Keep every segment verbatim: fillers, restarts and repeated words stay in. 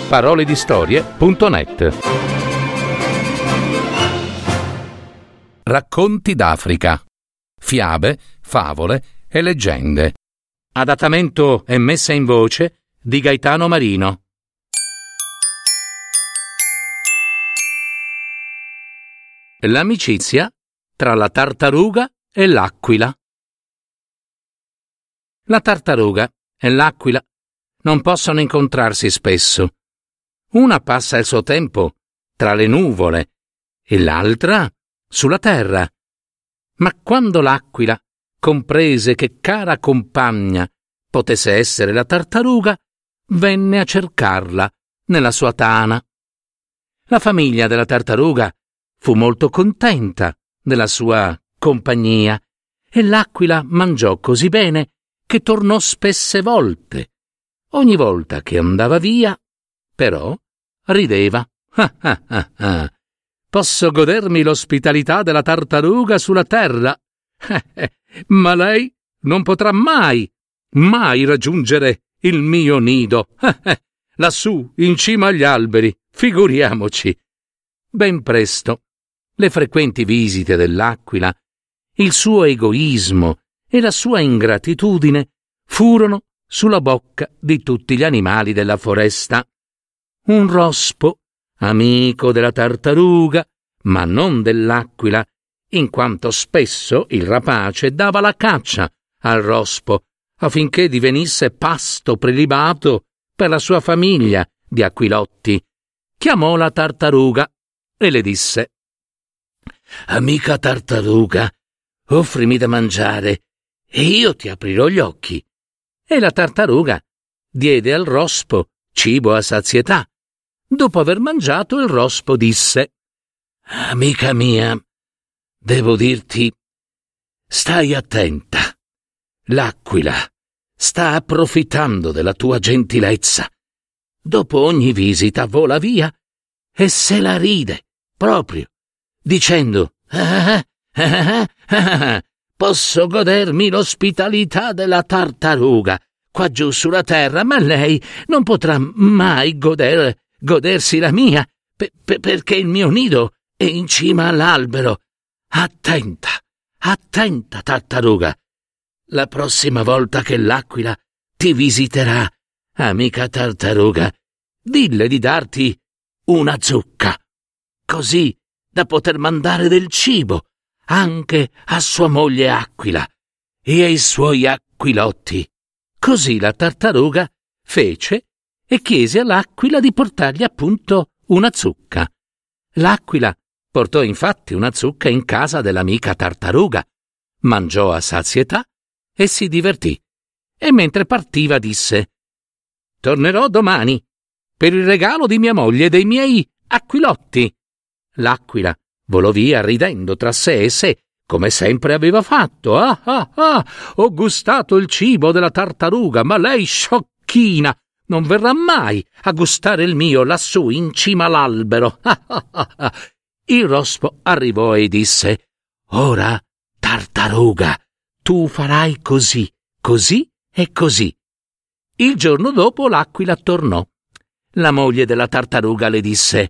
paroledistorie punto net. Racconti d'Africa. Fiabe, favole e leggende. Adattamento e messa in voce di Gaetano Marino. L'amicizia tra la tartaruga e l'aquila. La tartaruga e l'aquila non possono incontrarsi spesso. Una passa il suo tempo tra le nuvole e l'altra sulla terra. Ma quando l'aquila comprese che cara compagna potesse essere la tartaruga, venne a cercarla nella sua tana. La famiglia della tartaruga fu molto contenta della sua compagnia e l'aquila mangiò così bene che tornò spesse volte. Ogni volta che andava via, però, rideva. Ah, ah, ah, ah. Posso godermi l'ospitalità della tartaruga sulla terra, eh, eh, ma lei non potrà mai, mai raggiungere il mio nido, eh, eh, lassù in cima agli alberi, figuriamoci. Ben presto le frequenti visite dell'aquila, il suo egoismo e la sua ingratitudine furono sulla bocca di tutti gli animali della foresta. Un rospo, amico della tartaruga, ma non dell'aquila, in quanto spesso il rapace dava la caccia al rospo affinché divenisse pasto prelibato per la sua famiglia di aquilotti, chiamò la tartaruga e le disse: «Amica tartaruga, offrimi da mangiare e io ti aprirò gli occhi». E la tartaruga diede al rospo cibo a sazietà. Dopo aver mangiato, il rospo disse: «Amica mia, devo dirti, stai attenta. L'aquila sta approfittando della tua gentilezza. Dopo ogni visita vola via e se la ride, proprio, dicendo: ah, ah, ah, ah, posso godermi l'ospitalità della tartaruga qua giù sulla terra, ma lei non potrà mai godere, godersi la mia, pe- pe- perché il mio nido è in cima all'albero. Attenta, attenta, tartaruga. La prossima volta che l'aquila ti visiterà, amica tartaruga, dille di darti una zucca, così da poter mandare del cibo anche a sua moglie aquila e ai suoi aquilotti». Così la tartaruga fece e chiese all'aquila di portargli appunto una zucca. L'aquila portò infatti una zucca in casa dell'amica tartaruga, mangiò a sazietà e si divertì. E mentre partiva disse: «Tornerò domani per il regalo di mia moglie e dei miei aquilotti». L'aquila volò via ridendo tra sé e sé, come sempre aveva fatto. «Ah, ah, ah, ho gustato il cibo della tartaruga, ma lei, sciocchina, non verrà mai a gustare il mio lassù in cima all'albero». Ah, ah, ah, ah. Il rospo arrivò e disse: «Ora, tartaruga, tu farai così, così e così». Il giorno dopo l'aquila tornò. La moglie della tartaruga le disse: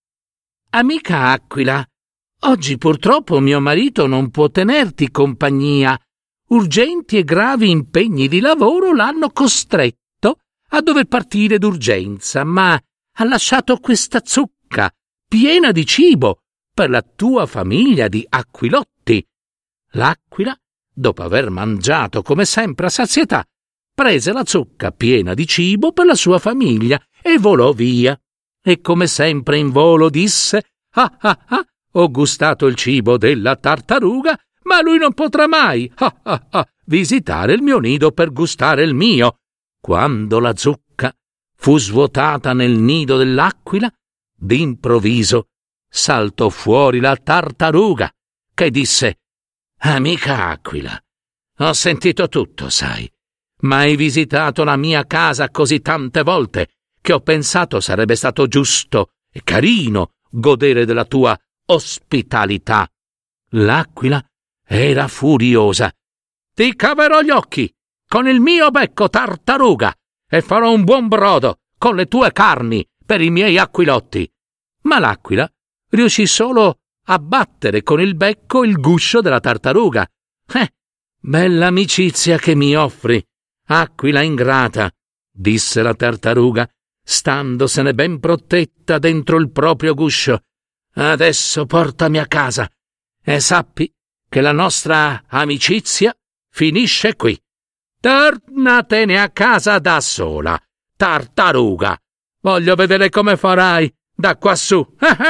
«Amica aquila, oggi purtroppo mio marito non può tenerti compagnia. Urgenti e gravi impegni di lavoro l'hanno costretto a dover partire d'urgenza, ma ha lasciato questa zucca piena di cibo per la tua famiglia di aquilotti». L'aquila, dopo aver mangiato come sempre a sazietà, prese la zucca piena di cibo per la sua famiglia e volò via. E come sempre in volo disse: «Ah, ah, ah, ho gustato il cibo della tartaruga, ma lui non potrà mai, ah, ah, ah, visitare il mio nido per gustare il mio». Quando la zucca fu svuotata nel nido dell'aquila, d'improvviso saltò fuori la tartaruga, che disse: «Amica aquila, ho sentito tutto, sai, ma hai visitato la mia casa così tante volte che ho pensato sarebbe stato giusto e carino godere della tua ospitalità». L'aquila era furiosa. «Ti caverò gli occhi con il mio becco, tartaruga, e farò un buon brodo con le tue carni per i miei aquilotti. Ma l'aquila riuscì solo a battere con il becco il guscio della tartaruga. Eh, bella amicizia che mi offri, aquila ingrata, disse la tartaruga, standosene ben protetta dentro il proprio guscio. Adesso portami a casa e sappi che la nostra amicizia finisce qui. Tornatene a casa da sola, tartaruga. Voglio vedere come farai da quassù.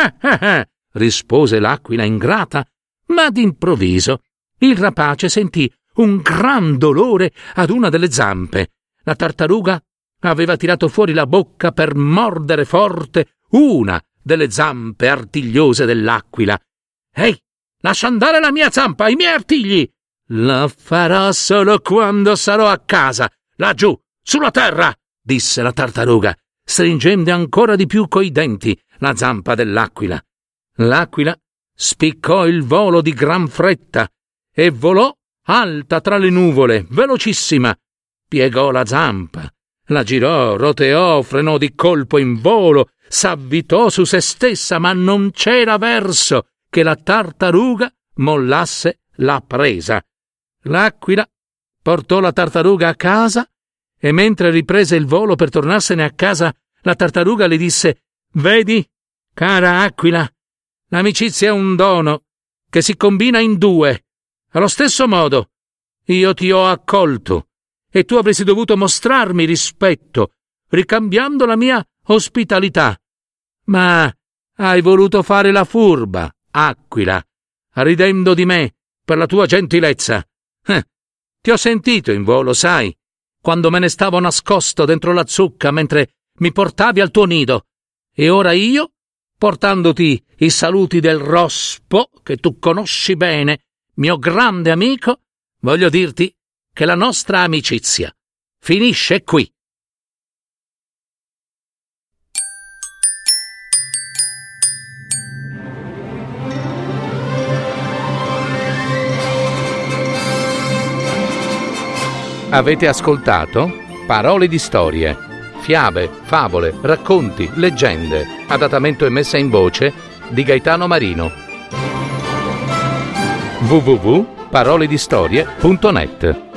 Rispose l'aquila ingrata, ma d'improvviso il rapace sentì un gran dolore ad una delle zampe. La tartaruga aveva tirato fuori la bocca per mordere forte una delle zampe artigliose dell'aquila. Ehi, lascia andare la mia zampa, i miei artigli! La farò solo quando sarò a casa, laggiù, sulla terra, disse la tartaruga, stringendo ancora di più coi denti la zampa dell'aquila. L'aquila spiccò il volo di gran fretta e volò alta tra le nuvole, velocissima. Piegò la zampa, la girò, roteò, frenò di colpo in volo, s'avvitò su se stessa, ma non c'era verso che la tartaruga mollasse la presa. L'aquila portò la tartaruga a casa e mentre riprese il volo per tornarsene a casa, la tartaruga le disse: «Vedi, cara aquila, l'amicizia è un dono che si combina in due. Allo stesso modo, io ti ho accolto e tu avresti dovuto mostrarmi rispetto, ricambiando la mia ospitalità. Ma hai voluto fare la furba, aquila, ridendo di me per la tua gentilezza. Eh, ti ho sentito in volo, sai, quando me ne stavo nascosto dentro la zucca mentre mi portavi al tuo nido. E ora io, portandoti i saluti del rospo, che tu conosci bene, mio grande amico, voglio dirti che la nostra amicizia finisce qui». Avete ascoltato Parole di storie, fiabe, favole, racconti, leggende, adattamento e messa in voce di Gaetano Marino. w w w punto parole di storie punto net